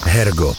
Hergot.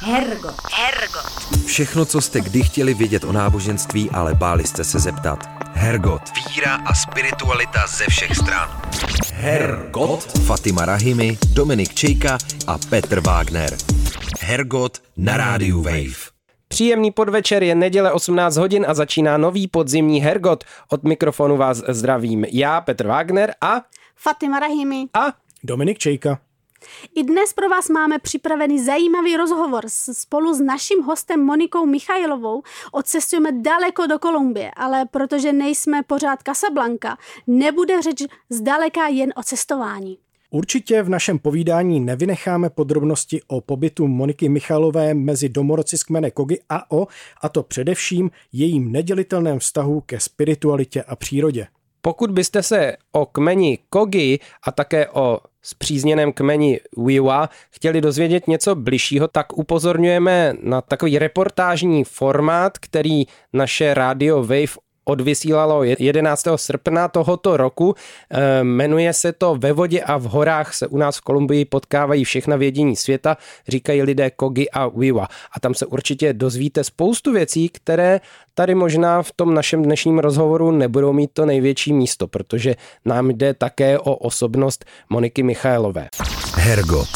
Všechno, co jste kdy chtěli vědět o náboženství, ale báli jste se zeptat. Hergot. Víra a spiritualita ze všech stran. Hergot. Fatima Rahimi, Dominik Čejka a Petr Wagner. Hergot na rádiu Wave. Příjemný podvečer, je neděle 18 hodin a začíná nový podzimní Hergot. Od mikrofonu vás zdravím já, Petr Wagner a Fatima Rahimi a Dominik Čejka. I dnes pro vás máme připravený zajímavý rozhovor. Spolu s naším hostem Monikou Michailovou odcestujeme daleko do Kolumbie, ale protože nejsme pořád Casablanca, nebude řeč zdaleka jen o cestování. Určitě v našem povídání nevynecháme podrobnosti o pobytu Moniky Michailové mezi domorodci z kmene Kogi a to především jejím nedělitelném vztahu ke spiritualitě a přírodě. Pokud byste se o kmeni Kogi a také o spřízněném kmeni Wiwa chtěli dozvědět něco bližšího, tak upozorňujeme na takový reportážní formát, který naše rádio Wave odvysílalo 11. srpna tohoto roku. Jmenuje se to Ve vodě a v horách se u nás v Kolumbii potkávají všechna vědění světa, říkají lidé Kogi a Wiwa. A tam se určitě dozvíte spoustu věcí, které tady možná v tom našem dnešním rozhovoru nebudou mít to největší místo, protože nám jde také o osobnost Moniky Michailové. Hergot.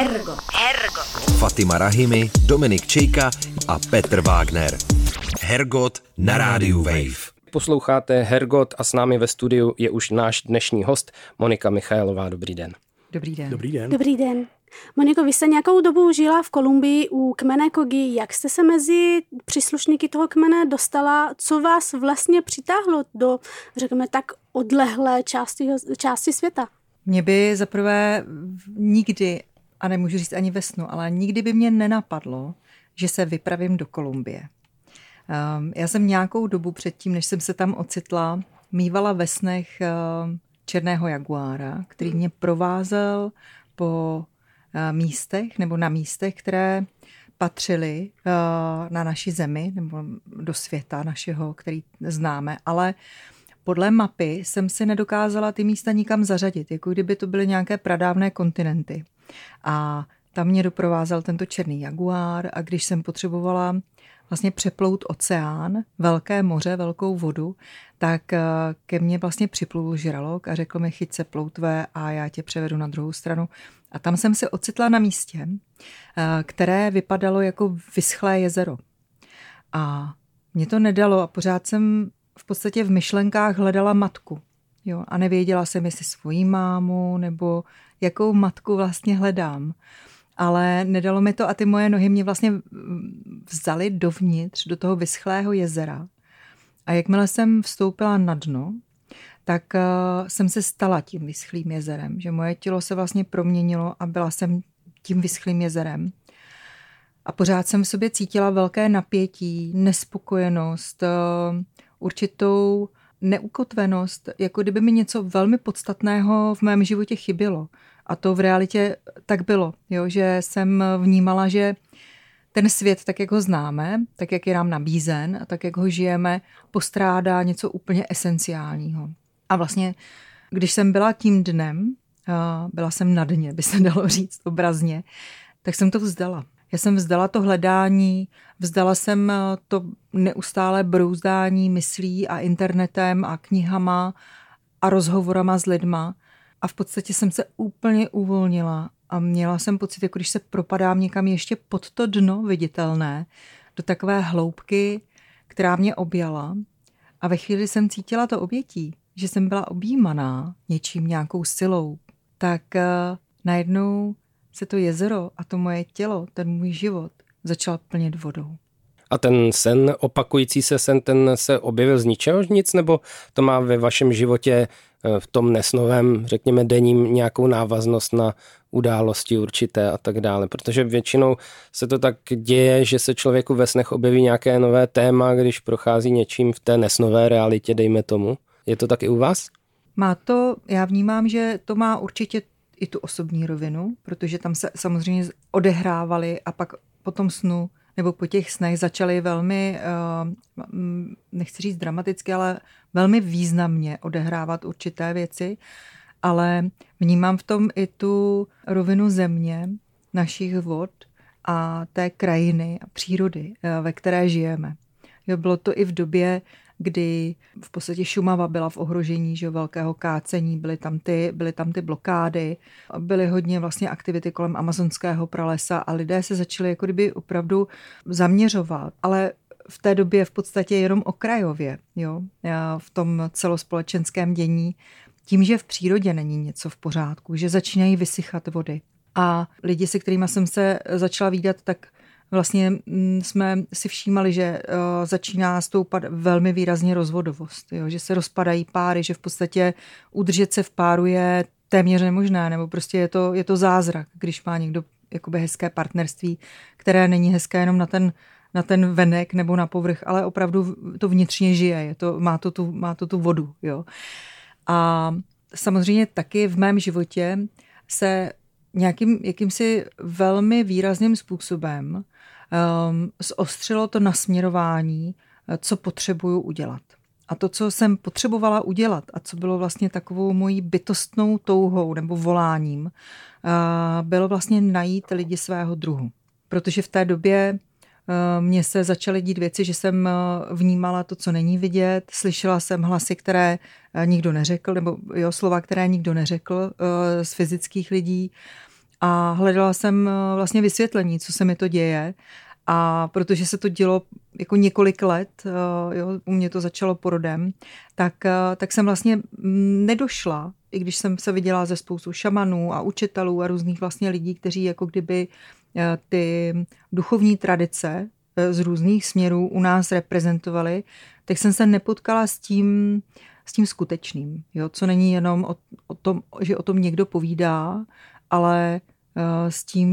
Fatima Rahimi, Dominik Čejka a Petr Wagner. Hergot na rádiu Wave. Posloucháte Hergot a s námi ve studiu je už náš dnešní host Monika Michailová. Dobrý den. Dobrý den. Dobrý den. Moniko, vy jste nějakou dobu žila v Kolumbii u kmene Kogi. Jak jste se mezi příslušníky toho kmene dostala? Co vás vlastně přitáhlo do, řekněme tak, odlehlé části světa? Mě by zaprvé nikdy, a nemůžu říct ani ve snu, ale nikdy by mě nenapadlo, že se vypravím do Kolumbie. Já jsem nějakou dobu předtím, než jsem se tam ocitla, mívala ve snech černého jaguára, který mě provázel po místech nebo na místech, které patřily na naši zemi nebo do světa našeho, který známe, ale podle mapy jsem si nedokázala ty místa nikam zařadit, jako kdyby to byly nějaké pradávné kontinenty. A tam mě doprovázel tento černý jaguár a když jsem potřebovala vlastně přeplout oceán, velké moře, velkou vodu, tak ke mně vlastně připlul žralok a řekl mi, chyť se ploutve a já tě převedu na druhou stranu. A tam jsem se ocitla na místě, které vypadalo jako vyschlé jezero. A mě to nedalo a pořád jsem v podstatě v myšlenkách hledala matku. Jo? A nevěděla jsem, jestli svoji mámu nebo jakou matku vlastně hledám. Ale nedalo mi to a ty moje nohy mě vlastně vzaly dovnitř do toho vyschlého jezera. A jakmile jsem vstoupila na dno, tak jsem se stala tím vyschlým jezerem. Že moje tělo se vlastně proměnilo a byla jsem tím vyschlým jezerem. A pořád jsem v sobě cítila velké napětí, nespokojenost, určitou neukotvenost, jako kdyby mi něco velmi podstatného v mém životě chybělo. A to v realitě tak bylo, jo? Že jsem vnímala, že ten svět, tak jak ho známe, tak jak je nám nabízen a tak jak ho žijeme, postrádá něco úplně esenciálního. A vlastně, když jsem byla tím dnem, byla jsem na dně, by se dalo říct obrazně, tak jsem to vzdala. Já jsem vzdala to hledání, vzdala jsem to neustále brouzdání myslí a internetem a knihama a rozhovorama s lidma. A v podstatě jsem se úplně uvolnila a měla jsem pocit, jako když se propadám někam ještě pod to dno viditelné, do takové hloubky, která mě objala. A ve chvíli jsem cítila to obětí, že jsem byla objímaná něčím, nějakou silou, tak najednou se to jezero a to moje tělo, ten můj život začal plnit vodou. A ten sen, opakující se sen, ten se objevil z ničeho nic, nebo to má ve vašem životě v tom nesnovém, řekněme, denním nějakou návaznost na události určité a tak dále? Protože většinou se to tak děje, že se člověku ve snech objeví nějaké nové téma, když prochází něčím v té nesnové realitě, dejme tomu. Je to tak i u vás? Má to, já vnímám, že to má určitě i tu osobní rovinu, protože tam se samozřejmě odehrávaly a pak po tom snu nebo po těch snech začaly velmi, nechci říct dramaticky, ale velmi významně odehrávat určité věci, ale vnímám v tom i tu rovinu země, našich vod, a té krajiny a přírody, ve které žijeme. Jo, bylo to i v době, kdy v podstatě Šumava byla v ohrožení, že velkého kácení, byly tam ty blokády, byly hodně vlastně aktivity kolem amazonského pralesa a lidé se začali jako kdyby opravdu zaměřovat, ale v té době v podstatě jenom okrajově, jo, v tom celospolečenském dění, tím, že v přírodě není něco v pořádku, že začínají vysychat vody. A lidi, se kterými jsem se začala vídat, tak vlastně jsme si všímali, že začíná stoupat velmi výrazně rozvodovost, jo? Že se rozpadají páry, že v podstatě udržet se v páru je téměř nemožné, nebo prostě je to zázrak, když má někdo jakoby hezké partnerství, které není hezké jenom na ten venek nebo na povrch, ale opravdu to vnitřně žije, má to tu vodu. Jo? A samozřejmě taky v mém životě se jakýmsi velmi výrazným způsobem zostřilo to nasměrování, co potřebuju udělat. A to, co jsem potřebovala udělat a co bylo vlastně takovou mojí bytostnou touhou nebo voláním, bylo vlastně najít lidi svého druhu. Protože v té době mně se začaly dít věci, že jsem vnímala to, co není vidět, slyšela jsem hlasy, které nikdo neřekl, nebo slova, které nikdo neřekl z fyzických lidí a hledala jsem vlastně vysvětlení, co se mi to děje a protože se to dělo jako několik let, u mě to začalo porodem, tak jsem vlastně nedošla, i když jsem se viděla ze spoustu šamanů a učitelů a různých vlastně lidí, kteří jako kdyby ty duchovní tradice z různých směrů u nás reprezentovali, tak jsem se nepotkala s tím skutečným, jo? Co není jenom o tom, že o tom někdo povídá, ale s tím,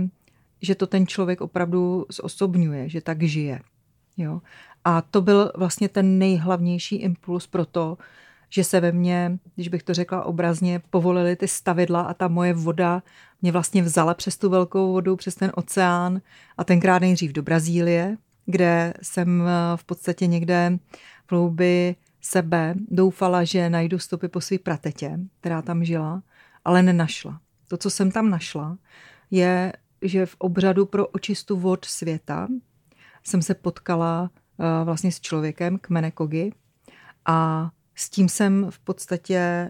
že to ten člověk opravdu zosobňuje, že tak žije. Jo? A to byl vlastně ten nejhlavnější impuls pro to, že se ve mně, když bych to řekla obrazně, povolily ty stavidla a ta moje voda mě vlastně vzala přes tu velkou vodu, přes ten oceán a tenkrát nejdřív do Brazílie, kde jsem v podstatě někde v hloubi sebe doufala, že najdu stopy po své pratetě, která tam žila, ale nenašla. To, co jsem tam našla, je, že v obřadu pro očistu vod světa jsem se potkala vlastně s člověkem kmene Kogi a s tím jsem v podstatě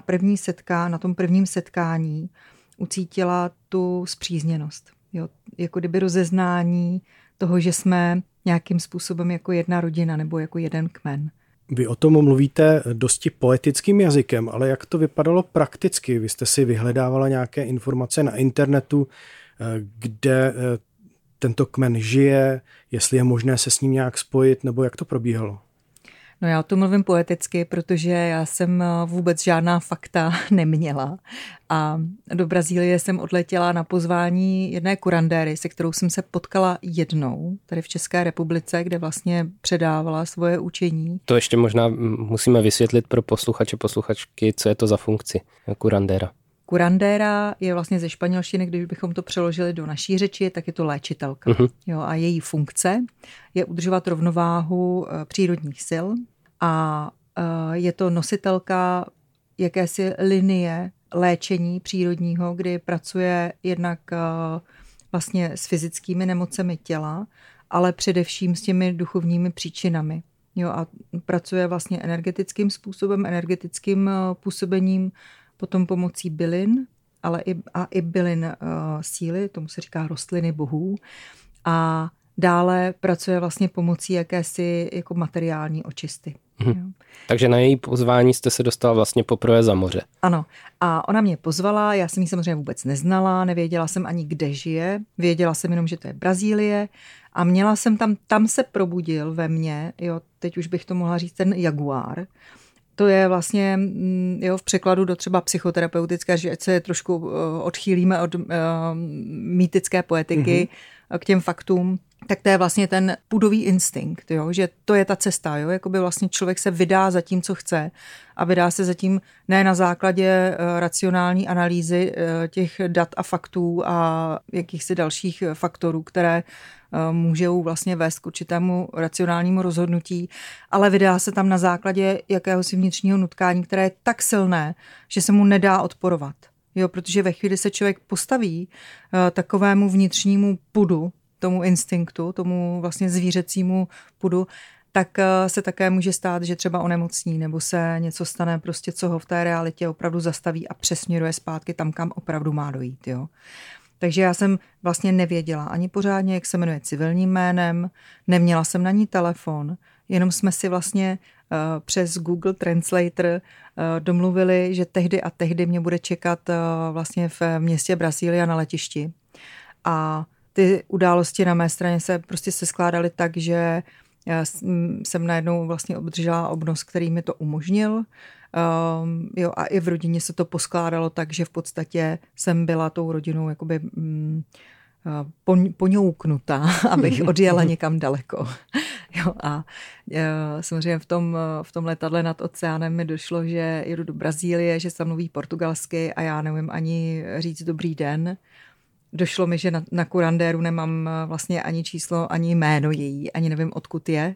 na tom prvním setkání ucítila tu spřízněnost. Jo? Jako kdyby rozeznání toho, že jsme nějakým způsobem jako jedna rodina nebo jako jeden kmen. Vy o tom mluvíte dosti poetickým jazykem, ale jak to vypadalo prakticky? Vy jste si vyhledávala nějaké informace na internetu, kde tento kmen žije, jestli je možné se s ním nějak spojit, nebo jak to probíhalo? No já o tom mluvím poeticky, protože já jsem vůbec žádná fakta neměla a do Brazílie jsem odletěla na pozvání jedné kurandéry, se kterou jsem se potkala jednou, tady v České republice, kde vlastně předávala svoje učení. To ještě možná musíme vysvětlit pro posluchačky, co je to za funkci kurandéra. Kurandéra je vlastně ze španělštiny, když bychom to přeložili do naší řeči, tak je to léčitelka. Jo, a její funkce je udržovat rovnováhu přírodních sil a je to nositelka jakési linie léčení přírodního, kdy pracuje jednak vlastně s fyzickými nemocemi těla, ale především s těmi duchovními příčinami. Jo, a pracuje vlastně energetickým způsobem, energetickým působením, potom pomocí bylin, ale i bylin síly, tomu se říká rostliny bohů. A dále pracuje vlastně pomocí jakési jako materiální očisty. Takže na její pozvání jste se dostala vlastně poprvé za moře. Ano. A ona mě pozvala, já jsem ji samozřejmě vůbec neznala, nevěděla jsem ani, kde žije. Věděla jsem jenom, že to je Brazílie. A měla jsem tam se probudil ve mně, jo, teď už bych to mohla říct, ten jaguár. To je vlastně v překladu do třeba psychoterapeutické, že ať se trošku odchýlíme od mýtické poetiky k těm faktům, tak to je vlastně ten pudový instinkt, jo? Že to je ta cesta, jo? Jakoby vlastně člověk se vydá za tím, co chce a vydá se za tím ne na základě racionální analýzy těch dat a faktů a jakýchsi dalších faktorů, které můžou vlastně vést k určitému racionálnímu rozhodnutí, ale vydá se tam na základě jakéhosi vnitřního nutkání, které je tak silné, že se mu nedá odporovat. Jo, protože ve chvíli se člověk postaví takovému vnitřnímu pudu, tomu instinktu, tomu vlastně zvířecímu pudu, tak se také může stát, že třeba onemocní nebo se něco stane prostě, co ho v té realitě opravdu zastaví a přesměruje zpátky tam, kam opravdu má dojít. Jo. Takže já jsem vlastně nevěděla ani pořádně, jak se jmenuje civilním jménem, neměla jsem na ní telefon, jenom jsme si vlastně přes Google Translator domluvili, že tehdy a tehdy mě bude čekat vlastně v městě Brazília na letišti. A ty události na mé straně se prostě skládaly tak, že já jsem najednou vlastně obdržela obnos, který mi to umožnil. Jo, a i v rodině se to poskládalo tak, že v podstatě jsem byla tou rodinou jakoby poňouknutá, abych odjela někam daleko. Jo, a samozřejmě v tom letadle nad oceánem mi došlo, že jedu do Brazílie, že se mluví portugalsky a já neumím ani říct dobrý den. Došlo mi, že na kurandéru nemám vlastně ani číslo, ani jméno její, ani nevím, odkud je.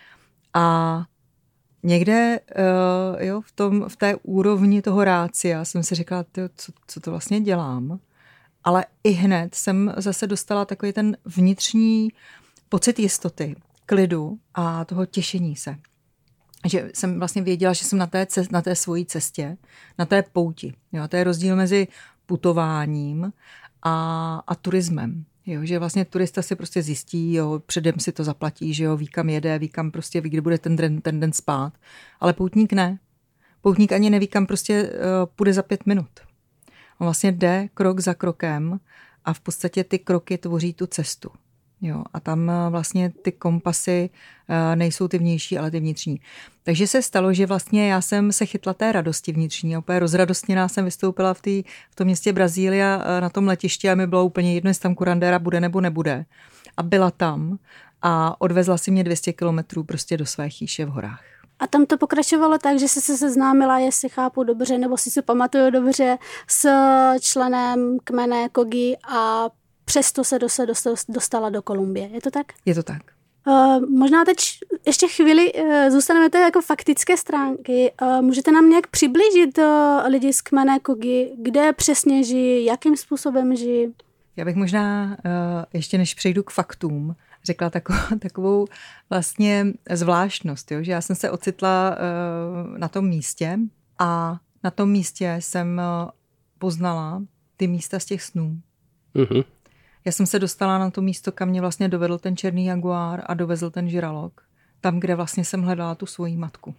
A někde jo, v té úrovni toho rácia jsem si říkala, co to vlastně dělám. Ale i hned jsem zase dostala takový ten vnitřní pocit jistoty, klidu a toho těšení se. Že jsem vlastně věděla, že jsem na té svojí cestě, na té pouti. Jo, to je rozdíl mezi putováním a turismem. Jo, že vlastně turista si prostě zjistí, jo, předem si to zaplatí, že jo, ví kam jede, ví kam prostě, ví, kdy bude ten den spát. Ale poutník ne. Poutník ani neví, kam prostě půjde za 5 minut. On vlastně jde krok za krokem a v podstatě ty kroky tvoří tu cestu. Jo, a tam vlastně ty kompasy nejsou ty vnější, ale ty vnitřní. Takže se stalo, že vlastně já jsem se chytla té radosti vnitřní. Úplně rozradostněná jsem vystoupila v tom městě Brazília na tom letišti a mi bylo úplně jedno, jestli tam kurandéra bude nebo nebude. A byla tam a odvezla si mě 200 kilometrů prostě do své chýše v horách. A tam to pokračovalo tak, že jsi se seznámila, jestli chápu dobře, nebo si pamatuju dobře, s členem kmene Kogi a přesto se dostala do Kolumbie. Je to tak? Je to tak. Možná teď ještě chvíli zůstaneme to jako faktické stránky. Můžete nám nějak přiblížit lidi z kmene Kogi, kde přesně žijí, jakým způsobem žijí? Já bych možná ještě než přejdu k faktům, řekla takovou vlastně zvláštnost, jo? Že já jsem se ocitla na tom místě a na tom místě jsem poznala ty místa z těch snů. Mm-hmm. Já jsem se dostala na to místo, kam mě vlastně dovedl ten černý jaguár a dovezl ten žralok. Tam, kde vlastně jsem hledala tu svoji matku.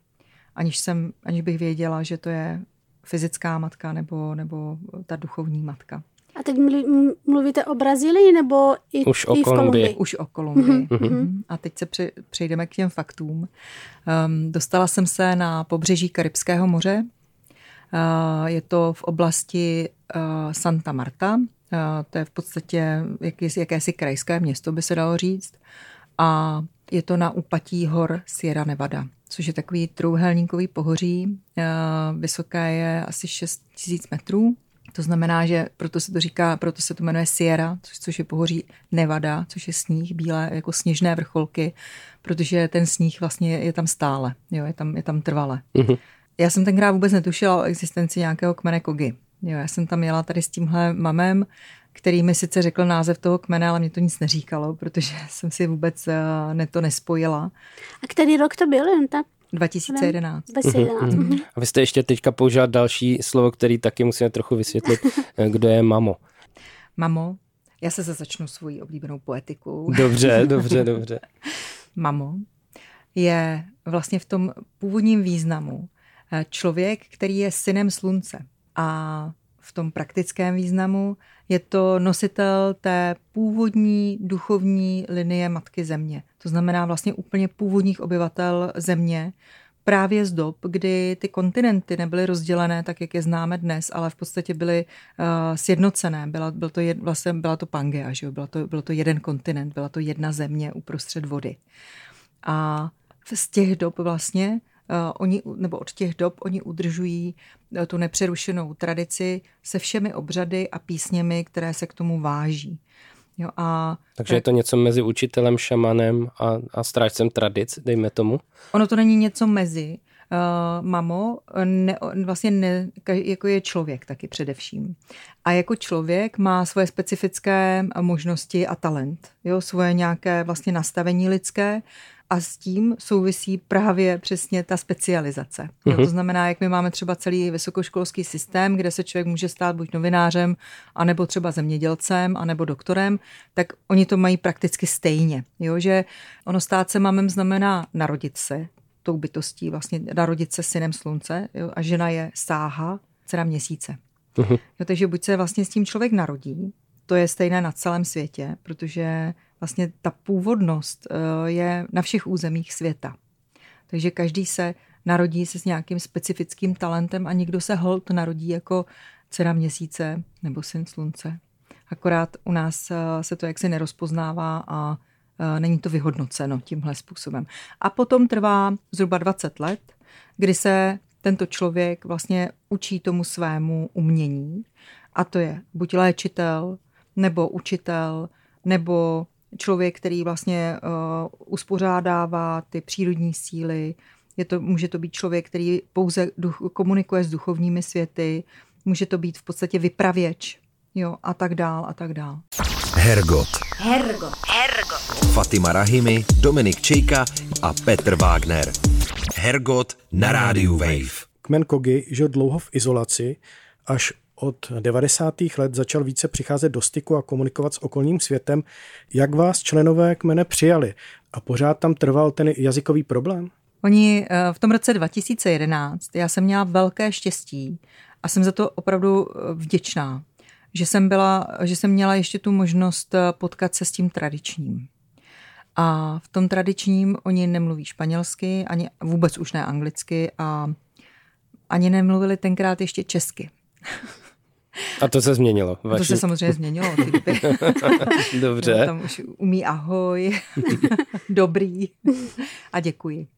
Aniž bych věděla, že to je fyzická matka nebo ta duchovní matka. A teď mluvíte o Brazílii nebo i v Kolumbii? Už o Kolumbii. Mm-hmm. A teď se přejdeme k těm faktům. Dostala jsem se na pobřeží Karibského moře. Je to v oblasti Santa Marta. To je v podstatě jakési krajské město, by se dalo říct. A je to na úpatí hor Sierra Nevada, což je takový trojúhelníkový pohoří. Vysoké je asi 6000 metrů. To znamená, že proto se to jmenuje Sierra, což je pohoří Nevada, což je sníh, bílé jako sněžné vrcholky, protože ten sníh vlastně je tam stále, jo, je tam trvale. Mm-hmm. Já jsem tenkrát vůbec netušila o existenci nějakého kmene Kogi. Jo, já jsem tam jela tady s tímhle mamem, který mi sice řekl název toho kmene, ale mě to nic neříkalo, protože jsem si vůbec to nespojila. A který rok to byl? Tak? 2011. Mm-hmm. A vy jste ještě teďka použila další slovo, který taky musíme trochu vysvětlit. Kdo je mamo? Mamo? Já se začnu svojí oblíbenou poetikou. Dobře. Mamo je vlastně v tom původním významu člověk, který je synem slunce. A v tom praktickém významu je to nositel té původní duchovní linie Matky Země. To znamená vlastně úplně původních obyvatel Země, právě z dob, kdy ty kontinenty nebyly rozdělené tak, jak je známe dnes, ale v podstatě byly sjednocené. Byla to Pangea, že jo? Bylo to jeden kontinent, byla to jedna země uprostřed vody. A z těch dob vlastně od těch dob oni udržují tu nepřerušenou tradici se všemi obřady a písněmi, které se k tomu váží. Jo, takže je to něco mezi učitelem, šamanem a strážcem tradic, dejme tomu? Ono to není něco mezi. mamo, jako je člověk taky především. A jako člověk má svoje specifické možnosti a talent, jo, svoje nějaké vlastně nastavení lidské, a s tím souvisí právě přesně ta specializace. Jo, to znamená, jak my máme třeba celý vysokoškolský systém, kde se člověk může stát buď novinářem, anebo třeba zemědělcem, anebo doktorem, tak oni to mají prakticky stejně. Jo, že ono stát se mamem znamená narodit se tou bytostí, vlastně narodit se synem slunce, jo, a žena je Sáha, dcera měsíce. Jo, takže buď se vlastně s tím člověk narodí, to je stejné na celém světě, protože vlastně ta původnost je na všech územích světa. Takže každý se narodí se s nějakým specifickým talentem a nikdo se holt narodí jako dcera měsíce nebo syn slunce. Akorát u nás se to jaksi nerozpoznává a není to vyhodnoceno tímhle způsobem. A potom trvá zhruba 20 let, kdy se tento člověk vlastně učí tomu svému umění. A to je buď léčitel, nebo učitel, nebo člověk, který vlastně uspořádává ty přírodní síly. Může to být člověk, který pouze komunikuje s duchovními světy. Může to být v podstatě vypravěč. Jo, a tak dál, a tak dál. Hergot. Fatima Rahimi, Dominik Čejka a Petr Wagner. Hergot na rádiu Wave. Kmen Kogi žil dlouho v izolaci, až od 90. let začal více přicházet do styku a komunikovat s okolním světem. Jak vás členové kmene přijali? A pořád tam trval ten jazykový problém? Oni v tom roce 2011, já jsem měla velké štěstí a jsem za to opravdu vděčná, že jsem měla ještě tu možnost potkat se s tím tradičním. A v tom tradičním oni nemluví španělsky, ani vůbec už ne anglicky a ani nemluvili tenkrát ještě česky. A to se změnilo. To se samozřejmě změnilo. Dobře. Tam už umí ahoj, dobrý a děkuji.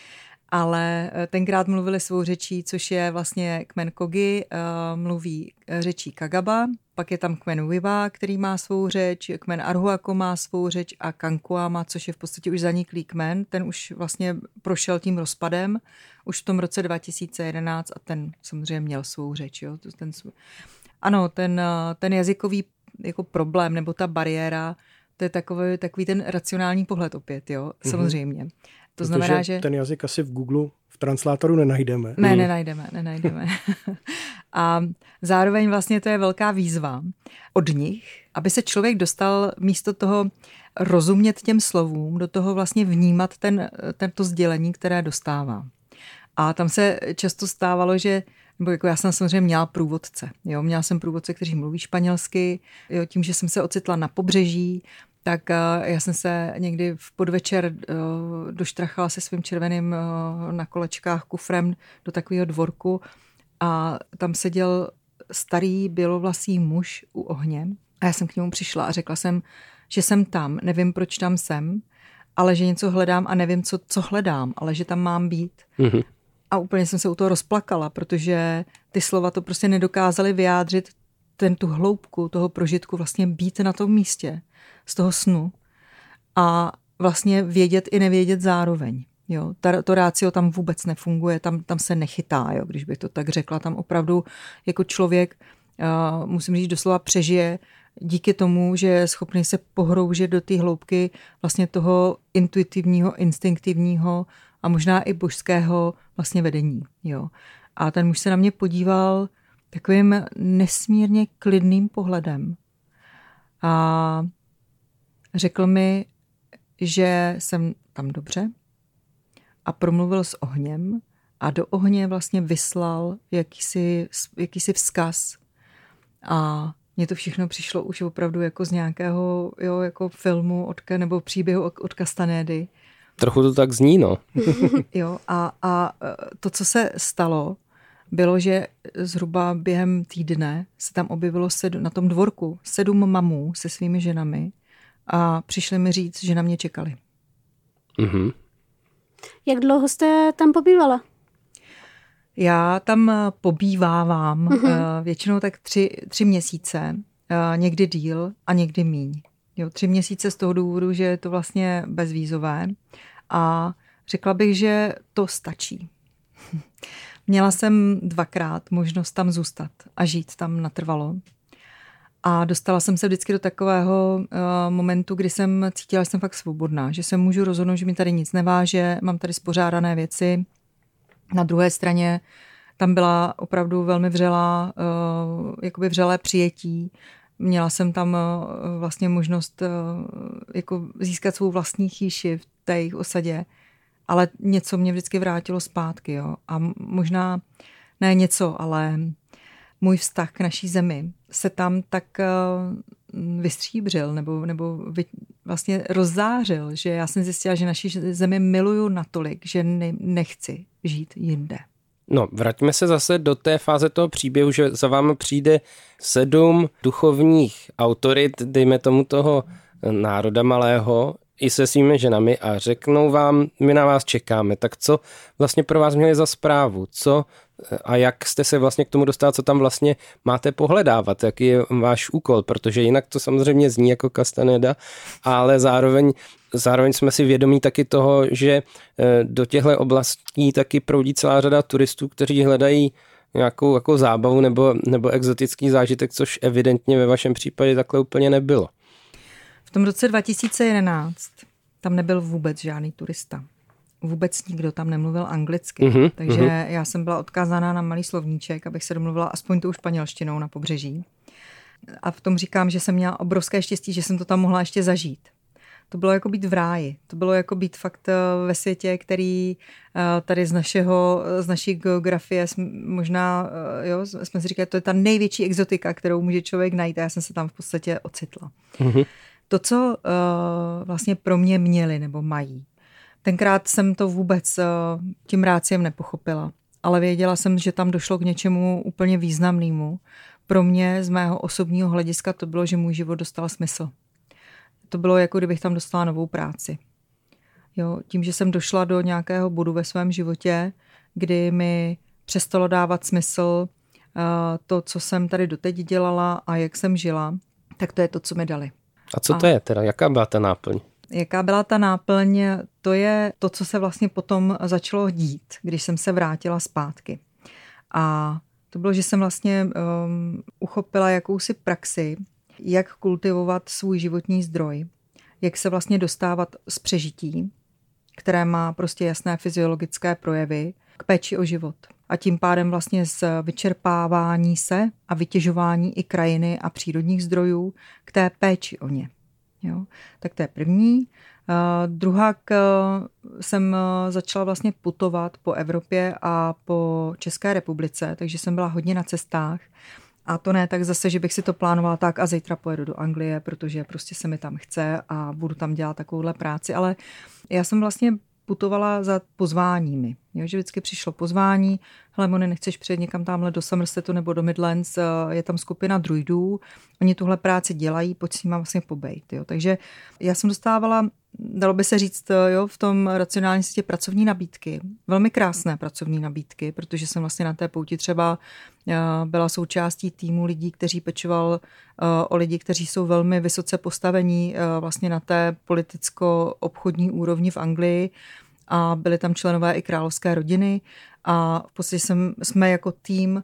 Ale tenkrát mluvili svou řečí, což je vlastně kmen Kogi, mluví řečí Kagaba, pak je tam kmen Wiwa, který má svou řeč, kmen Arhuako má svou řeč a Kankuama, což je v podstatě už zaniklý kmen, ten už vlastně prošel tím rozpadem, už v tom roce 2011 a ten samozřejmě měl svou řeč. Jo? Ano, ten jazykový jako problém nebo ta bariéra, to je takový ten racionální pohled opět, jo, samozřejmě. To znamená, že ten jazyk asi v Google v translátoru nenajdeme. Ne, nenajdeme. A zároveň vlastně to je velká výzva od nich, aby se člověk dostal místo toho rozumět těm slovům, do toho vlastně vnímat tento sdělení, které dostává. A tam se často stávalo, že nebo jako já jsem samozřejmě měla průvodce. Jo? Měla jsem průvodce, kteří mluví španělsky. Jo? Tím, že jsem se ocitla na pobřeží, tak já jsem se někdy v podvečer doštrachala se svým červeným na kolečkách kufrem do takového dvorku a tam seděl starý bělovlasý muž u ohně a já jsem k němu přišla a řekla jsem, že jsem tam, nevím, proč tam jsem, ale že něco hledám a nevím, co hledám, ale že tam mám být. Mm-hmm. A úplně jsem se u toho rozplakala, protože ty slova to prostě nedokázaly vyjádřit tu hloubku toho prožitku, vlastně být na tom místě z toho snu a vlastně vědět i nevědět zároveň. Jo? To rácio tam vůbec nefunguje, tam se nechytá, jo? Když bych to tak řekla. Tam opravdu jako člověk, musím říct, doslova přežije díky tomu, že je schopný se pohroužet do té hloubky vlastně toho intuitivního, instinktivního a možná i božského vlastně vedení. Jo? A ten muž se na mě podíval takovým nesmírně klidným pohledem a řekl mi, že jsem tam dobře a promluvil s ohněm a do ohně vlastně vyslal jakýsi vzkaz. A mně to všechno přišlo už opravdu jako z nějakého jako filmu nebo příběhu od Castanedy. Trochu to tak zní, no. Jo, a to, co se stalo, bylo, že zhruba během týdne se tam objevilo na tom dvorku 7 mamů se svými ženami a přišli mi říct, že na mě čekali. Mm-hmm. Jak dlouho jste tam pobývala? Já tam pobývávám většinou tak 3 měsíce, někdy díl a někdy míň. Jo, 3 měsíce z toho důvodu, že je to vlastně bezvízové a řekla bych, že to stačí. Měla jsem 2krát možnost tam zůstat a žít tam natrvalo. A dostala jsem se vždycky do takového momentu, kdy jsem cítila, že jsem fakt svobodná, že se můžu rozhodnout, že mi tady nic neváže, mám tady spořádané věci. Na druhé straně tam byla opravdu velmi jakoby vřelé přijetí. Měla jsem tam vlastně možnost jako získat svou vlastní chýši v té jejich osadě, ale něco mě vždycky vrátilo zpátky. Jo. A možná ne něco, ale můj vztah k naší zemi se tam tak vystříbřil nebo vlastně rozzářil, že já jsem zjistila, že naši zemi miluju natolik, že nechci žít jinde. No, vraťme se zase do té fáze toho příběhu, že za vámi přijde 7 duchovních autorit, dejme tomu toho národa malého, i se svými ženami a řeknou vám, my na vás čekáme. Tak co vlastně pro vás měli za zprávu? Co a jak jste se vlastně k tomu dostali, co tam vlastně máte pohledávat? Jaký je váš úkol? Protože jinak to samozřejmě zní jako Castaneda, ale zároveň jsme si vědomí taky toho, že do těchto oblastí taky proudí celá řada turistů, kteří hledají nějakou jako zábavu nebo exotický zážitek, což evidentně ve vašem případě takhle úplně nebylo. V tom roce 2011 tam nebyl vůbec žádný turista. Vůbec nikdo tam nemluvil anglicky. Takže já jsem byla odkázána na malý slovníček, abych se domluvila aspoň tou španělštinou na pobřeží. A v tom říkám, že jsem měla obrovské štěstí, že jsem to tam mohla ještě zažít. To bylo jako být v ráji. To bylo jako být fakt ve světě, který tady z naší geografie možná, jo, jsme si říkali, to je ta největší exotika, kterou může člověk najít a já jsem se tam v podstatě ocitla. To, co vlastně pro mě měli nebo mají. Tenkrát jsem to vůbec tím ráciem nepochopila, ale věděla jsem, že tam došlo k něčemu úplně významnému. Pro mě z mého osobního hlediska to bylo, že můj život dostal smysl. To bylo, jako kdybych tam dostala novou práci. Jo, tím, že jsem došla do nějakého bodu ve svém životě, kdy mi přestalo dávat smysl to, co jsem tady doteď dělala a jak jsem žila, tak to je to, co mi dali. A co to je teda? Jaká byla ta náplň? Jaká byla ta náplň? To je to, co se vlastně potom začalo dít, když jsem se vrátila zpátky. A to bylo, že jsem vlastně uchopila jakousi praxi, jak kultivovat svůj životní zdroj, jak se vlastně dostávat z přežití, které má prostě jasné fyziologické projevy, k péči o život. A tím pádem vlastně z vyčerpávání se a vytěžování i krajiny a přírodních zdrojů k té péči o ně. Jo? Tak to je první. Druhák jsem začala vlastně putovat po Evropě a po České republice, takže jsem byla hodně na cestách. A to ne tak zase, že bych si to plánovala tak a zítra pojedu do Anglie, protože prostě se mi tam chce a budu tam dělat takovouhle práci, ale já jsem vlastně putovala za pozváními. Jo, že vždycky přišlo pozvání, hele Moni, nechceš přijet někam tamhle do Somersetu nebo do Midlands, je tam skupina druidů, oni tuhle práci dělají, pojď s nimi vlastně pobejt. Jo. Takže já jsem dostávala, dalo by se říct, jo, v tom racionálním světě pracovní nabídky, velmi krásné pracovní nabídky, protože jsem vlastně na té pouti třeba byla součástí týmu lidí, kteří pečoval o lidi, kteří jsou velmi vysoce postavení vlastně na té politicko-obchodní úrovni v Anglii a byli tam členové i královské rodiny a v podstatě jsme jako tým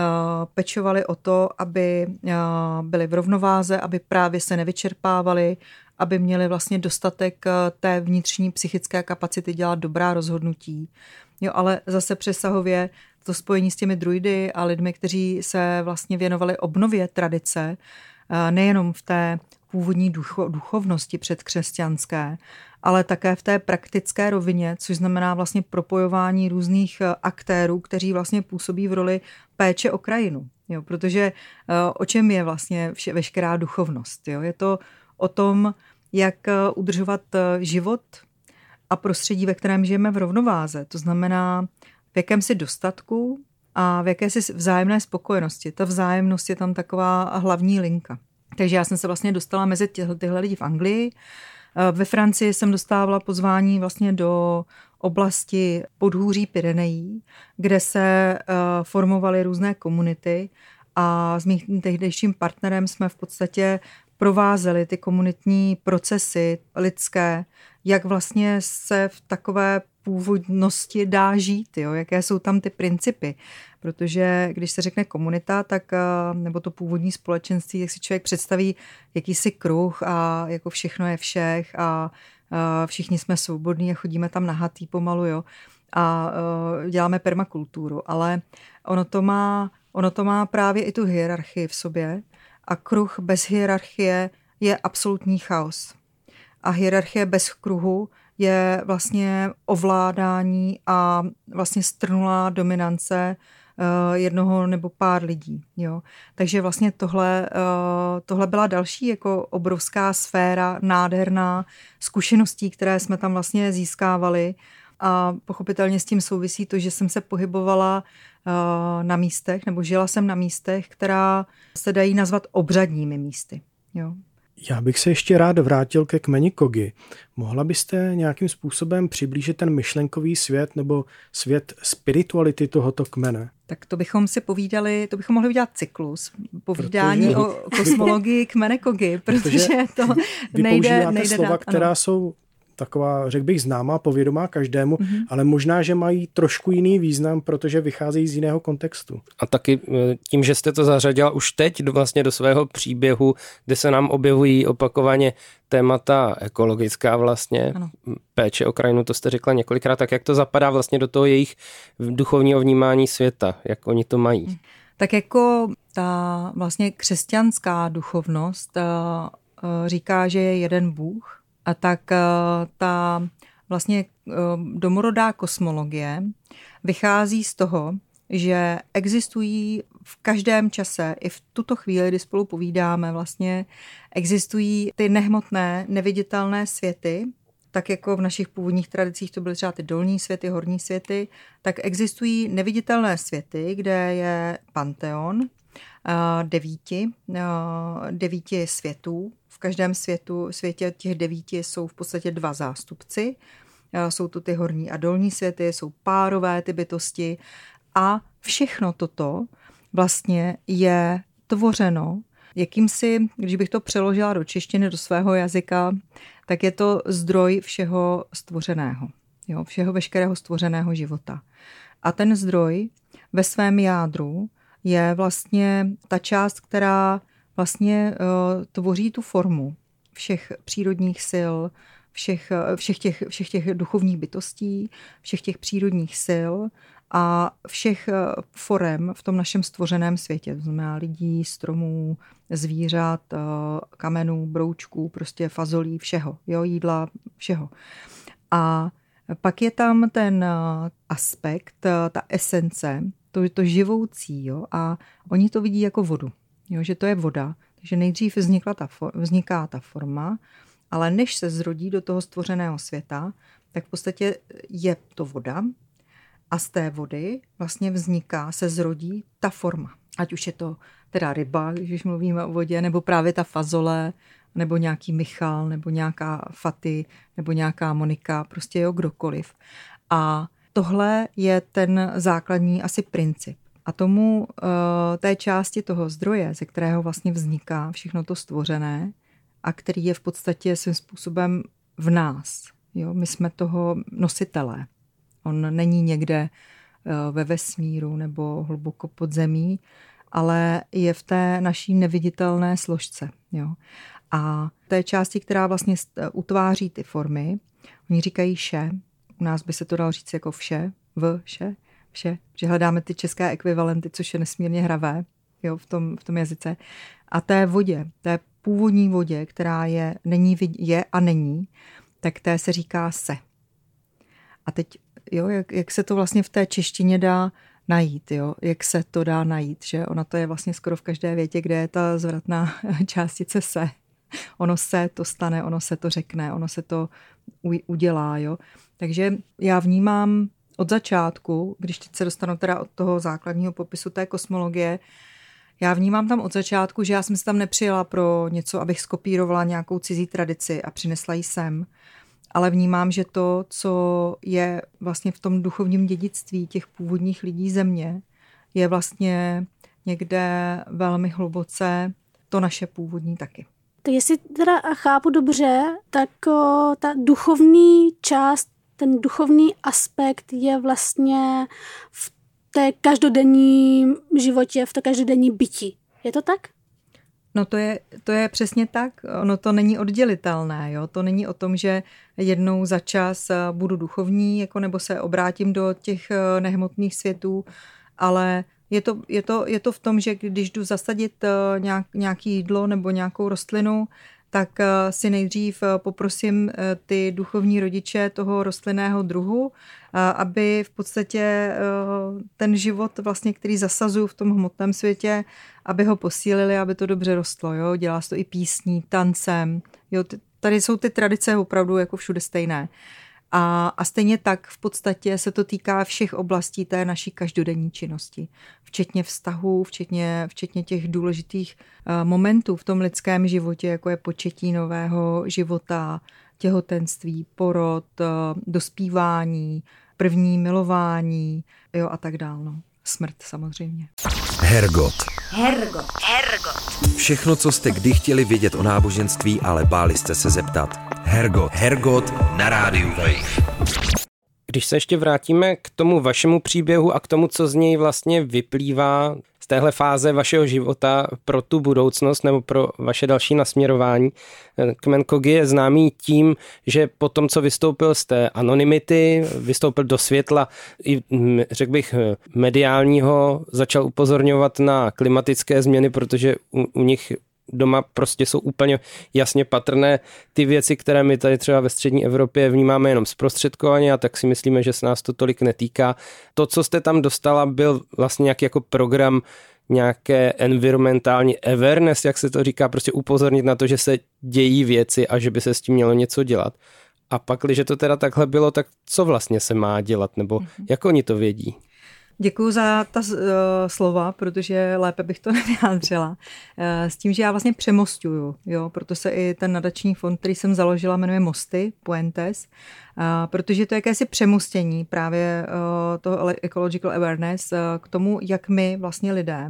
pečovali o to, aby byli v rovnováze, aby právě se nevyčerpávali, aby měli vlastně dostatek té vnitřní psychické kapacity dělat dobrá rozhodnutí. Jo, ale zase přesahově to spojení s těmi druidy a lidmi, kteří se vlastně věnovali obnově tradice, nejenom v té původní duchovnosti předkřesťanské, ale také v té praktické rovině, což znamená vlastně propojování různých aktérů, kteří vlastně působí v roli péče o krajinu. Jo, protože o čem je vlastně veškerá duchovnost? Jo? Je to o tom, jak udržovat život a prostředí, ve kterém žijeme v rovnováze. To znamená v jakémsi dostatku a v jakési vzájemné spokojenosti. Ta vzájemnost je tam taková hlavní linka. Takže já jsem se vlastně dostala mezi tyhle lidi v Anglii. Ve Francii jsem dostávala pozvání vlastně do oblasti podhůří Pyrenejí, kde se formovaly různé komunity a s mým tehdejším partnerem jsme v podstatě provázeli ty komunitní procesy lidské, jak vlastně se v takové původnosti dá žít, jo? Jaké jsou tam ty principy. Protože když se řekne komunita, tak, nebo to původní společenství, tak si člověk představí jakýsi kruh a jako všechno je všech a všichni jsme svobodní a chodíme tam nahatý pomalu, jo? A děláme permakulturu, ale ono to má právě i tu hierarchii v sobě a kruh bez hierarchie je absolutní chaos. A hierarchie bez kruhu je vlastně ovládání a vlastně strnulá dominance jednoho nebo pár lidí. Jo. Takže vlastně tohle byla další jako obrovská sféra, nádherná zkušeností, které jsme tam vlastně získávali. A pochopitelně s tím souvisí to, že jsem se pohybovala na místech, nebo žila jsem na místech, která se dají nazvat obřadními místy. Jo. Já bych se ještě rád vrátil ke kmeni Kogi. Mohla byste nějakým způsobem přiblížit ten myšlenkový svět nebo svět spirituality tohoto kmene? Tak to bychom si povídali, to bychom mohli udělat cyklus, povídání o kosmologii kmene Kogi, protože to nejde slova, dát, která jsou taková, řekl bych, známá, povědomá každému, ale možná, že mají trošku jiný význam, protože vycházejí z jiného kontextu. A taky tím, že jste to zařadila už teď vlastně do svého příběhu, kde se nám objevují opakovaně témata ekologická vlastně, ano. Péče o krajinu, to jste řekla několikrát, tak jak to zapadá vlastně do toho jejich duchovního vnímání světa, jak oni to mají? Tak jako ta vlastně křesťanská duchovnost říká, že je jeden Bůh, a tak ta vlastně domorodá kosmologie vychází z toho, že existují v každém čase, i v tuto chvíli, kdy spolu povídáme, vlastně existují ty nehmotné, neviditelné světy, tak jako v našich původních tradicích to byly třeba ty dolní světy, horní světy, tak existují neviditelné světy, kde je panteon 9 světů. V každém světě těch 9 jsou v podstatě 2 zástupci. Jsou to ty horní a dolní světy, jsou párové ty bytosti a všechno toto vlastně je tvořeno jakýmsi, když bych to přeložila do češtiny, do svého jazyka, tak je to zdroj všeho stvořeného, jo, všeho veškerého stvořeného života. A ten zdroj ve svém jádru je vlastně ta část, která vlastně tvoří tu formu všech přírodních sil, všech těch duchovních bytostí, všech těch přírodních sil a všech forem v tom našem stvořeném světě. To znamená lidí, stromů, zvířat, kamenů, broučků, prostě fazolí, všeho, jo, jídla, všeho. A pak je tam ten aspekt, ta esence, to živoucí, jo, a oni to vidí jako vodu, jo, že to je voda. Takže nejdřív vzniká ta forma, ale než se zrodí do toho stvořeného světa, tak v podstatě je to voda a z té vody vlastně se zrodí ta forma. Ať už je to teda ryba, když mluvíme o vodě, nebo právě ta fazole, nebo nějaký Michal, nebo nějaká Faty, nebo nějaká Monika, prostě jo, kdokoliv. A tohle je ten základní asi princip. A tomu té části toho zdroje, ze kterého vlastně vzniká všechno to stvořené a který je v podstatě svým způsobem v nás. Jo? My jsme toho nositelé. On není někde ve vesmíru nebo hluboko pod zemí, ale je v té naší neviditelné složce. Jo? A té části, která vlastně utváří ty formy, oni říkají vše. U nás by se to dalo říct jako vše, vše, že hledáme ty české ekvivalenty, což je nesmírně hravé, jo, v tom jazyce. A té vodě, té původní vodě, která je a není, tak té se říká se. A teď, jo, jak se to vlastně v té češtině dá najít, jo, jak se to dá najít, že ona to je vlastně skoro v každé větě, kde je ta zvratná částice se. Ono se to stane, ono se to řekne, ono se to udělá, jo. Takže já vnímám od začátku, když teď se dostanu teda od toho základního popisu té kosmologie, já vnímám tam od začátku, že já jsem se tam nepřijela pro něco, abych skopírovala nějakou cizí tradici a přinesla ji sem, ale vnímám, že to, co je vlastně v tom duchovním dědictví těch původních lidí země, je vlastně někde velmi hluboce to naše původní taky. Tak jestli teda chápu dobře, tak ta duchovní část ten duchovní aspekt je vlastně v té každodenní životě, v té každodenní bytí. Je to tak? No to je přesně tak. Ono to není oddělitelné. Jo? To není o tom, že jednou za čas budu duchovní, jako nebo se obrátím do těch nehmotných světů, ale je to v tom, že když jdu zasadit nějaké jídlo nebo nějakou rostlinu, tak si nejdřív poprosím ty duchovní rodiče toho rostlinného druhu, aby v podstatě ten život, vlastně, který zasazuju v tom hmotném světě, aby ho posílili, aby to dobře rostlo. Jo? Dělá se to i písní, tancem. Jo? Tady jsou ty tradice opravdu jako všude stejné. A stejně tak v podstatě se to týká všech oblastí té naší každodenní činnosti. Včetně vztahů, včetně těch důležitých momentů v tom lidském životě, jako je početí nového života, těhotenství, porod, dospívání, první milování, jo, a tak dál. No. Smrt samozřejmě. Hergot. Všechno, co jste kdy chtěli vědět o náboženství, ale báli jste se zeptat. Hergot na rádiu Wave. Když se ještě vrátíme k tomu vašemu příběhu a k tomu, co z něj vlastně vyplývá z téhle fáze vašeho života pro tu budoucnost nebo pro vaše další nasměrování. Kmen Kogi je známý tím, že po tom, co vystoupil z té anonymity, vystoupil do světla i, řekl bych, mediálního, začal upozorňovat na klimatické změny, protože u nich doma prostě jsou úplně jasně patrné ty věci, které my tady třeba ve střední Evropě vnímáme jenom zprostředkovaně, a tak si myslíme, že se nás to tolik netýká. To, co jste tam dostala, byl vlastně nějaký jako program nějaké environmentální awareness, jak se to říká, prostě upozornit na to, že se dějí věci a že by se s tím mělo něco dělat. A pak, když to teda takhle bylo, tak co vlastně se má dělat, nebo jak oni to vědí? Děkuju za ta slova, protože lépe bych to nevyjádřila. S tím, že já vlastně přemostuju, jo, proto se i ten nadační fond, který jsem založila, jmenuje Mosty, Puentes, protože to je jakési přemostění právě toho ecological awareness k tomu, jak my vlastně lidé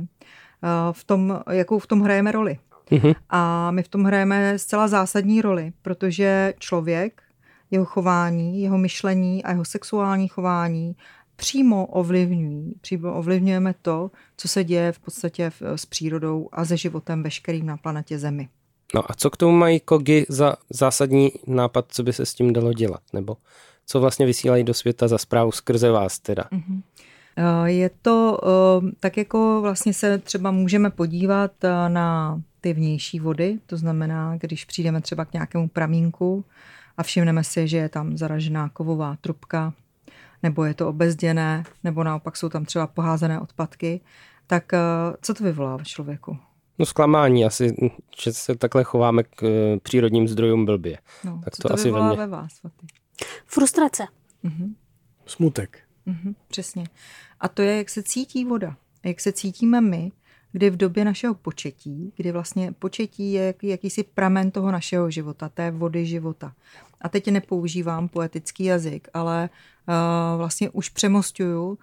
jakou v tom hrajeme roli. Mm-hmm. A my v tom hrajeme zcela zásadní roli, protože člověk, jeho chování, jeho myšlení a jeho sexuální chování přímo ovlivňujeme to, co se děje v podstatě s přírodou a se životem veškerým na planetě Zemi. No a co k tomu mají Kogi za zásadní nápad, co by se s tím dalo dělat? Nebo co vlastně vysílají do světa za zprávu skrze vás teda? Mm-hmm. Je to tak, jako vlastně se třeba můžeme podívat na ty vnější vody, to znamená, když přijdeme třeba k nějakému pramínku a všimneme si, že je tam zaražená kovová trubka, nebo je to obezděné, nebo naopak jsou tam třeba poházené odpadky, tak co to vyvolá v člověku? No zklamání asi, že se takhle chováme k přírodním zdrojům blbě. No, tak co to asi vyvolá ve vás? Frustrace. Mhm. Smutek. Mhm, přesně. A to je, jak se cítí voda. Jak se cítíme my, kdy v době našeho početí, kdy vlastně početí je jakýsi pramen toho našeho života, té vody života. A teď nepoužívám poetický jazyk, ale vlastně už přemostuju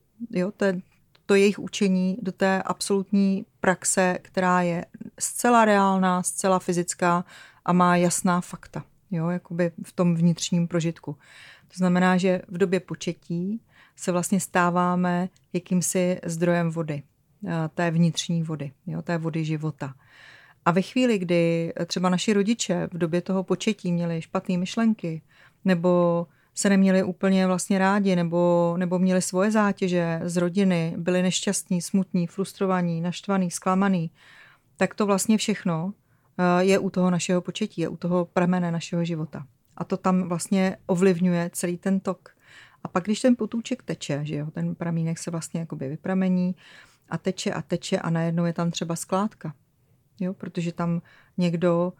to jejich učení do té absolutní praxe, která je zcela reálná, zcela fyzická a má jasná fakta, jo, jakoby v tom vnitřním prožitku. To znamená, že v době početí se vlastně stáváme jakýmsi zdrojem vody, té vnitřní vody, jo, té vody života. A ve chvíli, kdy třeba naši rodiče v době toho početí měli špatné myšlenky, nebo se neměli úplně vlastně rádi, nebo měli svoje zátěže z rodiny, byli nešťastní, smutní, frustrovaní, naštvaní, zklamaní, tak to vlastně všechno je u toho našeho početí, je u toho pramene našeho života. A to tam vlastně ovlivňuje celý ten tok. A pak, když ten potůček teče, že jo, ten pramínek se vlastně jakoby vypramení a teče a najednou je tam třeba skládka. Jo, protože tam někdo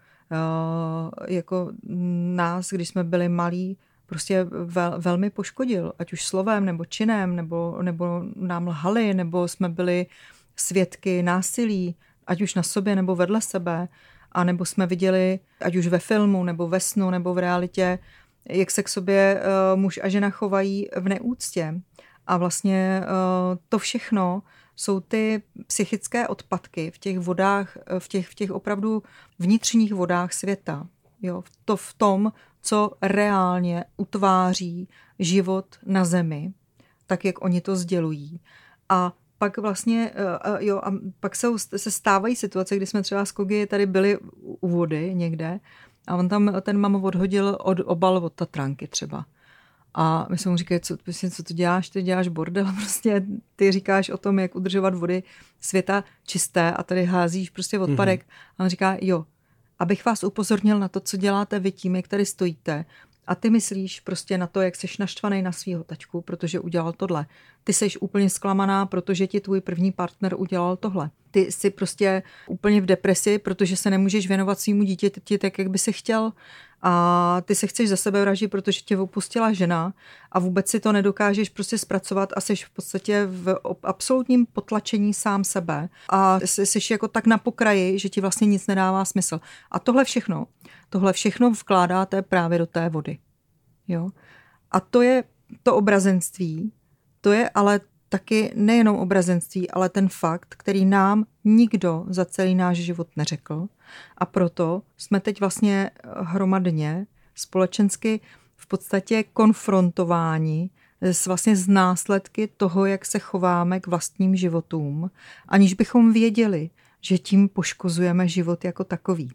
jako nás, když jsme byli malí, prostě velmi poškodil, ať už slovem nebo činem, nebo nám lhali, nebo jsme byli svědky násilí, ať už na sobě nebo vedle sebe, a nebo jsme viděli, ať už ve filmu, nebo ve snu, nebo v realitě, jak se k sobě muž a žena chovají v neúctě. A vlastně to všechno jsou ty psychické odpadky v těch vodách, v těch opravdu vnitřních vodách světa, Jo? To v tom, co reálně utváří život na zemi, tak, jak oni to sdělují. A pak vlastně, a pak se stávají situace, kdy jsme třeba s Kogi tady byli u vody někde a on tam, ten mamo odhodil obal od Tatranky třeba. A my jsme mu říkali, co ty děláš? Ty děláš bordel, prostě ty říkáš o tom, jak udržovat vody světa čisté a tady házíš prostě odpadek. A on říká, jo, abych vás upozornil na to, co děláte vy tím, jak tady stojíte. A ty myslíš prostě na to, jak seš naštvaný na svýho tačku, protože udělal tohle. Ty seš úplně zklamaná, protože ti tvůj první partner udělal tohle. Ty jsi prostě úplně v depresi, protože se nemůžeš věnovat svýmu dítěti tak, jak by si chtěl. A ty se chceš za sebe vražit, protože tě opustila žena a vůbec si to nedokážeš prostě zpracovat a jsi v podstatě v absolutním potlačení sám sebe a jsi jako tak na pokraji, že ti vlastně nic nedává smysl. A tohle všechno vkládáte právě do té vody. Jo? A to je to obrazenství, to je ale taky nejenom obrazenství, ale ten fakt, který nám nikdo za celý náš život neřekl. A proto jsme teď vlastně hromadně, společensky v podstatě konfrontováni vlastně s následky toho, jak se chováme k vlastním životům, aniž bychom věděli, že tím poškozujeme život jako takový.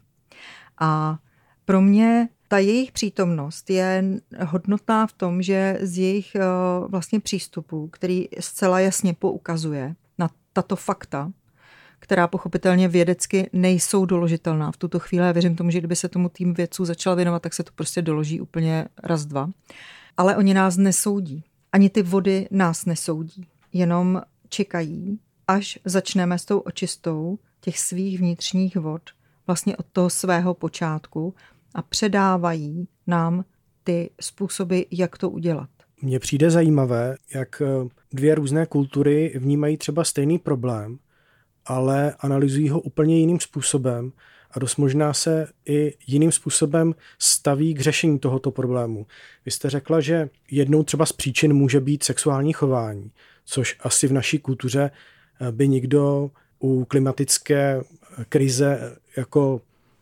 A pro mě ta jejich přítomnost je hodnotná v tom, že z jejich vlastně přístupu, který zcela jasně poukazuje na tato fakta, která pochopitelně vědecky nejsou doložitelná. V tuto chvíli já věřím tomu, že kdyby se tomu tým vědců začal věnovat, tak se to prostě doloží úplně raz, dva. Ale oni nás nesoudí. Ani ty vody nás nesoudí. Jenom čekají, až začneme s tou očistou těch svých vnitřních vod vlastně od toho svého počátku a předávají nám ty způsoby, jak to udělat. Mně přijde zajímavé, jak dvě různé kultury vnímají třeba stejný problém, ale analyzují ho úplně jiným způsobem a dost možná se i jiným způsobem staví k řešení tohoto problému. Vy jste řekla, že jednou třeba z příčin může být sexuální chování, což asi v naší kultuře by nikdo u klimatické krize jako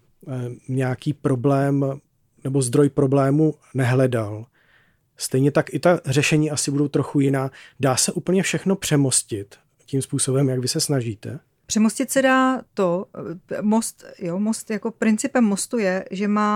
nějaký problém nebo zdroj problému nehledal. Stejně tak i ta řešení asi budou trochu jiná. Dá se úplně všechno přemostit tím způsobem, jak vy se snažíte? Přemostit se dá to, most jako principem mostu je,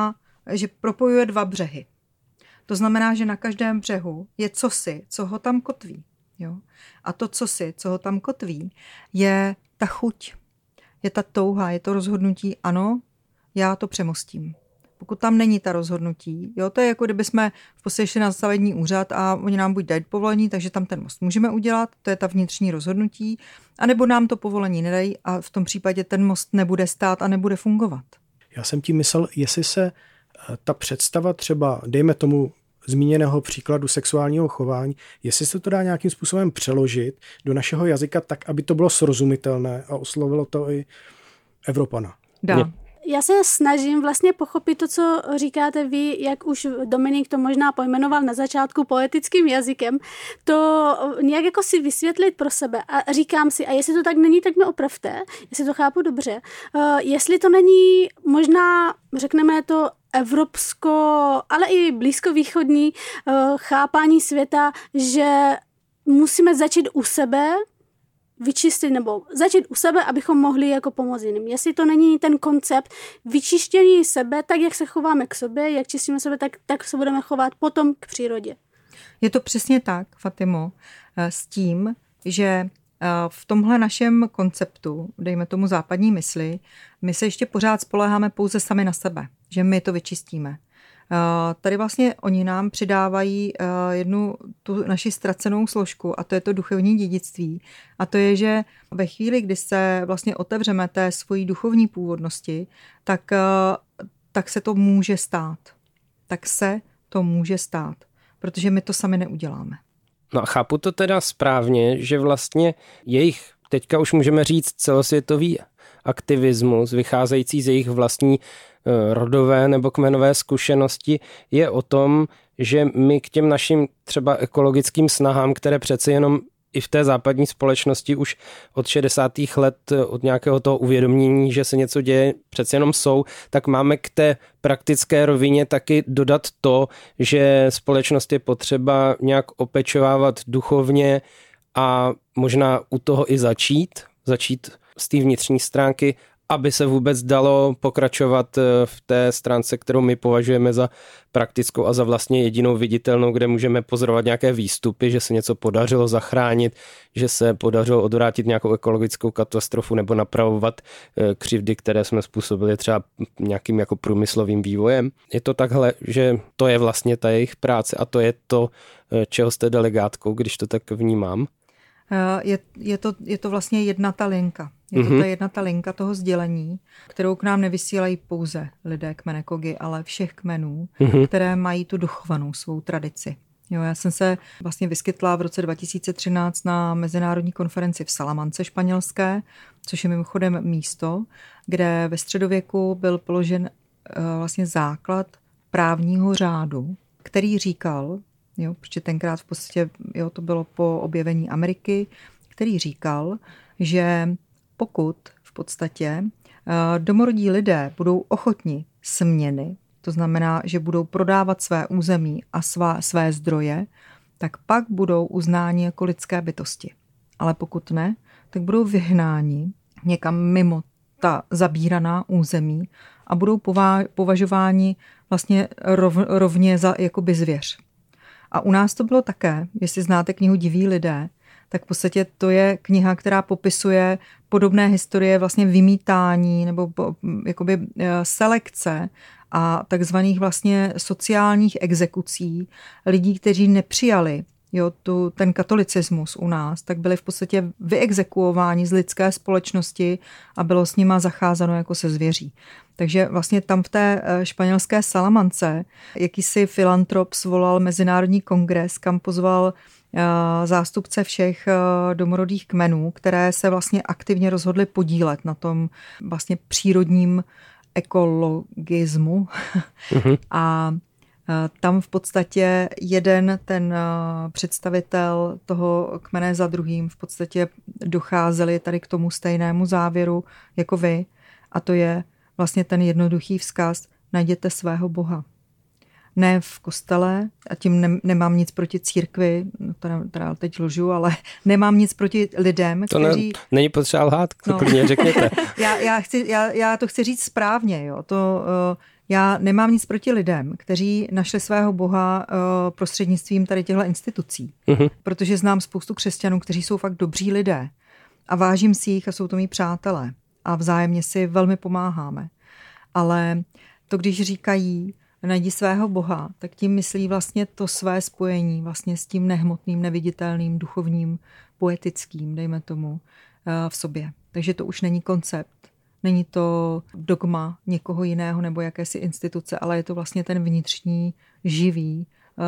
že propojuje dva břehy. To znamená, že na každém břehu je cosi, co ho tam kotví. Jo? A to cosi, co ho tam kotví, je ta chuť, je ta touha, je to rozhodnutí, ano, já to přemostím. Pokud tam není ta rozhodnutí, jo, to je jako kdyby jsme v podstatě šli na stavební úřad a oni nám buď dají povolení, takže tam ten most můžeme udělat, to je ta vnitřní rozhodnutí, anebo nám to povolení nedají a v tom případě ten most nebude stát a nebude fungovat. Já jsem tím myslel, jestli se ta představa třeba, dejme tomu zmíněného příkladu sexuálního chování, jestli se to dá nějakým způsobem přeložit do našeho jazyka tak, aby to bylo srozumitelné a oslovilo to i Evropana. Dá. Já se snažím vlastně pochopit to, co říkáte vy, jak už Dominik to možná pojmenoval na začátku poetickým jazykem, to nějak jako si vysvětlit pro sebe a říkám si, a jestli to tak není, tak mě opravte, jestli to chápu dobře, jestli to není možná, řekneme to, evropsko, ale i blízkovýchodní chápání světa, že musíme začít u sebe, vyčistit nebo začít u sebe, abychom mohli jako pomoct jiným. Jestli to není ten koncept vyčištění sebe, tak jak se chováme k sobě, jak čistíme sebe, tak se budeme chovat potom k přírodě. Je to přesně tak, Fatimo, s tím, že v tomhle našem konceptu, dejme tomu západní mysli, my se ještě pořád spoléháme pouze sami na sebe, že my to vyčistíme. Tady vlastně oni nám přidávají jednu tu naši ztracenou složku a to je to duchovní dědictví. A to je, že ve chvíli, kdy se vlastně otevřeme té svojí duchovní původnosti, tak se to může stát. Tak se to může stát, protože my to sami neuděláme. No a chápu to teda správně, že vlastně jejich, teďka už můžeme říct, celosvětový aktivismus, vycházející z jejich vlastní rodové nebo kmenové zkušenosti, je o tom, že my k těm našim třeba ekologickým snahám, které přece jenom i v té západní společnosti už od 60. let, od nějakého toho uvědomění, že se něco děje, přece jenom jsou, tak máme k té praktické rovině taky dodat to, že společnost je potřeba nějak opečovávat duchovně a možná u toho i začít z té vnitřní stránky, aby se vůbec dalo pokračovat v té stránce, kterou my považujeme za praktickou a za vlastně jedinou viditelnou, kde můžeme pozorovat nějaké výstupy, že se něco podařilo zachránit, že se podařilo odvrátit nějakou ekologickou katastrofu nebo napravovat křivdy, které jsme způsobili třeba nějakým jako průmyslovým vývojem. Je to takhle, že to je vlastně ta jejich práce a to je to, čeho jste delegátkou, když to tak vnímám. Je to vlastně jedna ta linka. Je to ta jedna ta linka toho sdělení, kterou k nám nevysílají pouze lidé kmene Kogi, ale všech kmenů, které mají tu dochovanou svou tradici. Jo, já jsem se vlastně vyskytla v roce 2013 na mezinárodní konferenci v Salamance španělské, což je mimochodem místo, kde ve středověku byl položen vlastně základ právního řádu, který říkal, jo, protože tenkrát v podstatě to bylo po objevení Ameriky, který říkal, že pokud v podstatě domorodí lidé budou ochotni směny, to znamená, že budou prodávat své území a své zdroje, tak pak budou uznáni jako lidské bytosti. Ale pokud ne, tak budou vyhnáni někam mimo ta zabíraná území a budou považováni vlastně rovně za jakoby zvěř. A u nás to bylo také, jestli znáte knihu Diví lidé, tak v podstatě to je kniha, která popisuje podobné historie vlastně vymítání nebo jakoby selekce a takzvaných vlastně sociálních exekucí lidí, kteří nepřijali ten katolicismus u nás, tak byli v podstatě vyexekuováni z lidské společnosti a bylo s nima zacházeno jako se zvěří. Takže vlastně tam v té španělské Salamance jakýsi filantrop svolal mezinárodní kongres, kam pozval zástupce všech domorodých kmenů, které se vlastně aktivně rozhodly podílet na tom vlastně přírodním ekologismu. A tam v podstatě jeden ten představitel toho kmene za druhým v podstatě docházeli tady k tomu stejnému závěru jako vy. A to je vlastně ten jednoduchý vzkaz: najděte svého Boha. Ne v kostele, a tím nemám nic proti církvi, no teda teď lžu, ale nemám nic proti lidem, kteří... Není potřeba lhát, klidně řekněte. Já to chci říct správně, jo. Já nemám nic proti lidem, kteří našli svého Boha prostřednictvím tady těchto institucí. Protože znám spoustu křesťanů, kteří jsou fakt dobří lidé a vážím si jich a jsou to mý přátelé a vzájemně si velmi pomáháme. Ale to, když říkají najdi svého Boha, tak tím myslí vlastně to své spojení vlastně s tím nehmotným, neviditelným, duchovním, poetickým, dejme tomu, v sobě. Takže to už není koncept, není to dogma někoho jiného nebo jakési instituce, ale je to vlastně ten vnitřní, živý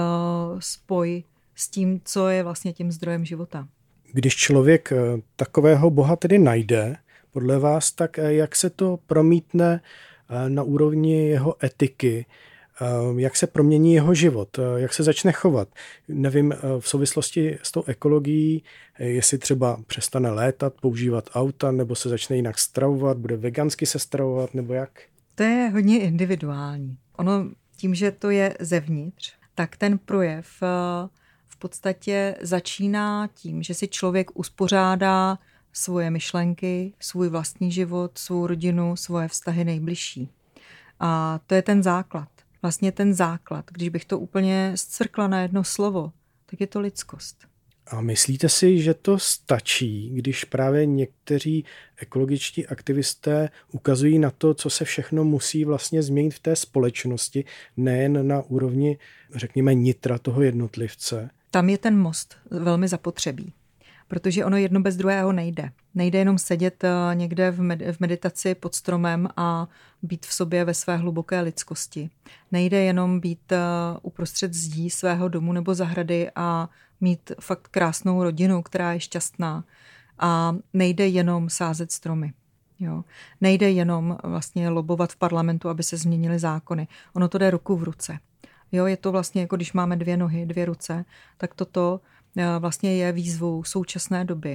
spoj s tím, co je vlastně tím zdrojem života. Když člověk takového Boha tedy najde, podle vás, tak jak se to promítne na úrovni jeho etiky, jak se promění jeho život, jak se začne chovat. Nevím, v souvislosti s tou ekologií, jestli třeba přestane létat, používat auta, nebo se začne jinak stravovat, bude vegansky se stravovat, nebo jak? To je hodně individuální. Ono tím, že to je zevnitř, tak ten projev v podstatě začíná tím, že si člověk uspořádá svoje myšlenky, svůj vlastní život, svou rodinu, svoje vztahy nejbližší. A to je ten základ. Vlastně ten základ, když bych to úplně zcvrkla na jedno slovo, tak je to lidskost. A myslíte si, že to stačí, když právě někteří ekologičtí aktivisté ukazují na to, co se všechno musí vlastně změnit v té společnosti, nejen na úrovni, řekněme, nitra toho jednotlivce? Tam je ten most velmi zapotřebí, protože ono jedno bez druhého nejde. Nejde jenom sedět někde v meditaci pod stromem a být v sobě ve své hluboké lidskosti. Nejde jenom být uprostřed zdí svého domu nebo zahrady a mít fakt krásnou rodinu, která je šťastná. A nejde jenom sázet stromy. Jo. Nejde jenom vlastně lobovat v parlamentu, aby se změnily zákony. Ono to jde ruku v ruce. Jo, je to vlastně jako když máme 2 nohy, 2 ruce, tak toto vlastně je výzvou současné doby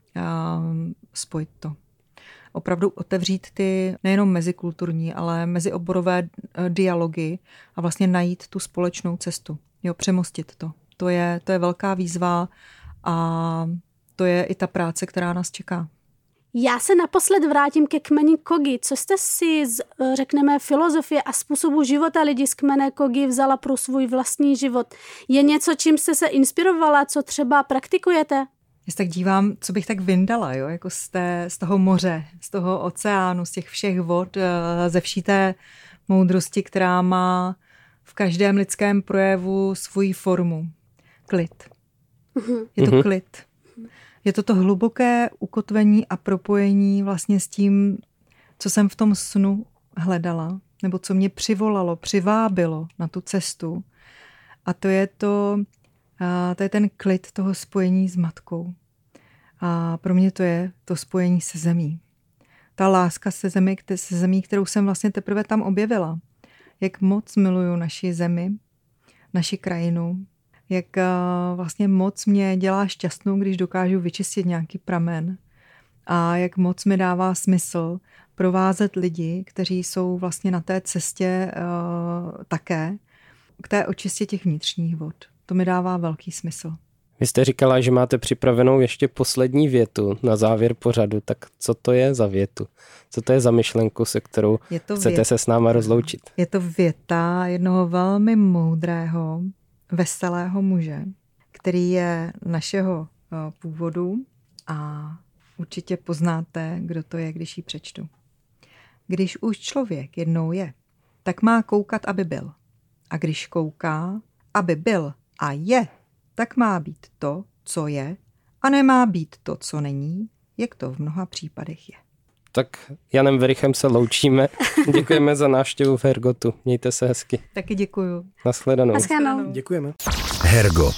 spojit to. Opravdu otevřít ty nejenom mezikulturní, ale mezioborové dialogy a vlastně najít tu společnou cestu. Jo, přemostit to. To je velká výzva a to je i ta práce, která nás čeká. Já se naposled vrátím ke kmeni Kogi. Co jste si z, řekneme, filozofie a způsobu života lidí z kmene Kogi vzala pro svůj vlastní život? Je něco, čím jste se inspirovala, co třeba praktikujete? Já se tak dívám, co bych tak vyndala, jo? Jako z toho moře, z toho oceánu, z těch všech vod, ze vší té moudrosti, která má v každém lidském projevu svoji formu. Klid. Je to klid. Je to hluboké ukotvení a propojení vlastně s tím, co jsem v tom snu hledala, nebo co mě přivolalo, přivábilo na tu cestu. A to je ten klid toho spojení s matkou. A pro mě to je to spojení se zemí. Ta láska se zemí, kterou jsem vlastně teprve tam objevila. Jak moc miluju naši zemi, naši krajinu, jak vlastně moc mě dělá šťastnou, když dokážu vyčistit nějaký pramen a jak moc mi dává smysl provázet lidi, kteří jsou vlastně na té cestě také k té očistě těch vnitřních vod. To mi dává velký smysl. Vy jste říkala, že máte připravenou ještě poslední větu na závěr pořadu, tak co to je za větu? Co to je za myšlenku, se kterou chcete se s náma rozloučit? Je to věta jednoho velmi moudrého, veselého muže, který je našeho původu a určitě poznáte, kdo to je, když ji přečtu. Když už člověk jednou je, tak má koukat, aby byl. A když kouká, aby byl a je, tak má být to, co je, a nemá být to, co není, jak to v mnoha případech je. Tak Janem Werichem se loučíme. Děkujeme za návštěvu v Hergotu. Mějte se hezky. Taky děkuju. Nashledanou. Děkujeme. Hergot.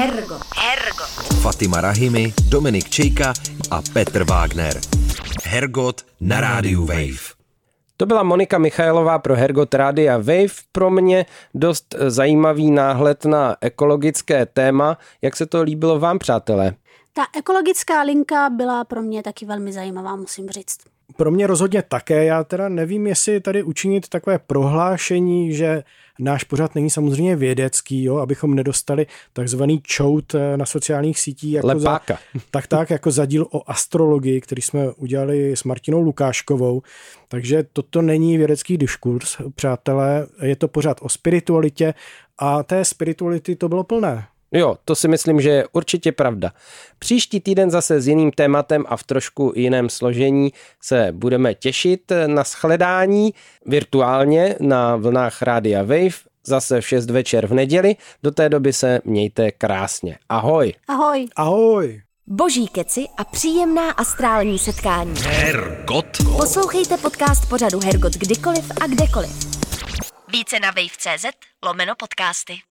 Fatima Rahimi, Dominik Čejka a Petr Wagner. Hergot na rádiu Wave. To byla Monika Michailová pro Hergot Rádia Wave. Pro mě dost zajímavý náhled na ekologické téma. Jak se to líbilo vám, přátelé? Ta ekologická linka byla pro mě taky velmi zajímavá, musím říct. Pro mě rozhodně také. Já teda nevím, jestli tady učinit takové prohlášení, že náš pořad není samozřejmě vědecký, jo, abychom nedostali takzvaný čout na sociálních sítích. Jako Lepáka. Tak, jako za díl o astrologii, který jsme udělali s Martinou Lukáškovou. Takže toto není vědecký diskurs, přátelé. Je to pořád o spiritualitě a té spirituality to bylo plné. Jo, to si myslím, že je určitě pravda. Příští týden zase s jiným tématem a v trošku jiném složení se budeme těšit na shledání virtuálně na vlnách Rádia Wave, zase v 6 večer v neděli. Do té doby se mějte krásně. Ahoj. Ahoj. Ahoj. Boží keci a příjemná astrální setkání. Hergot. Poslouchejte podcast pořadu Hergot kdykoliv a kdekoliv. Více na wave.cz/podcasty.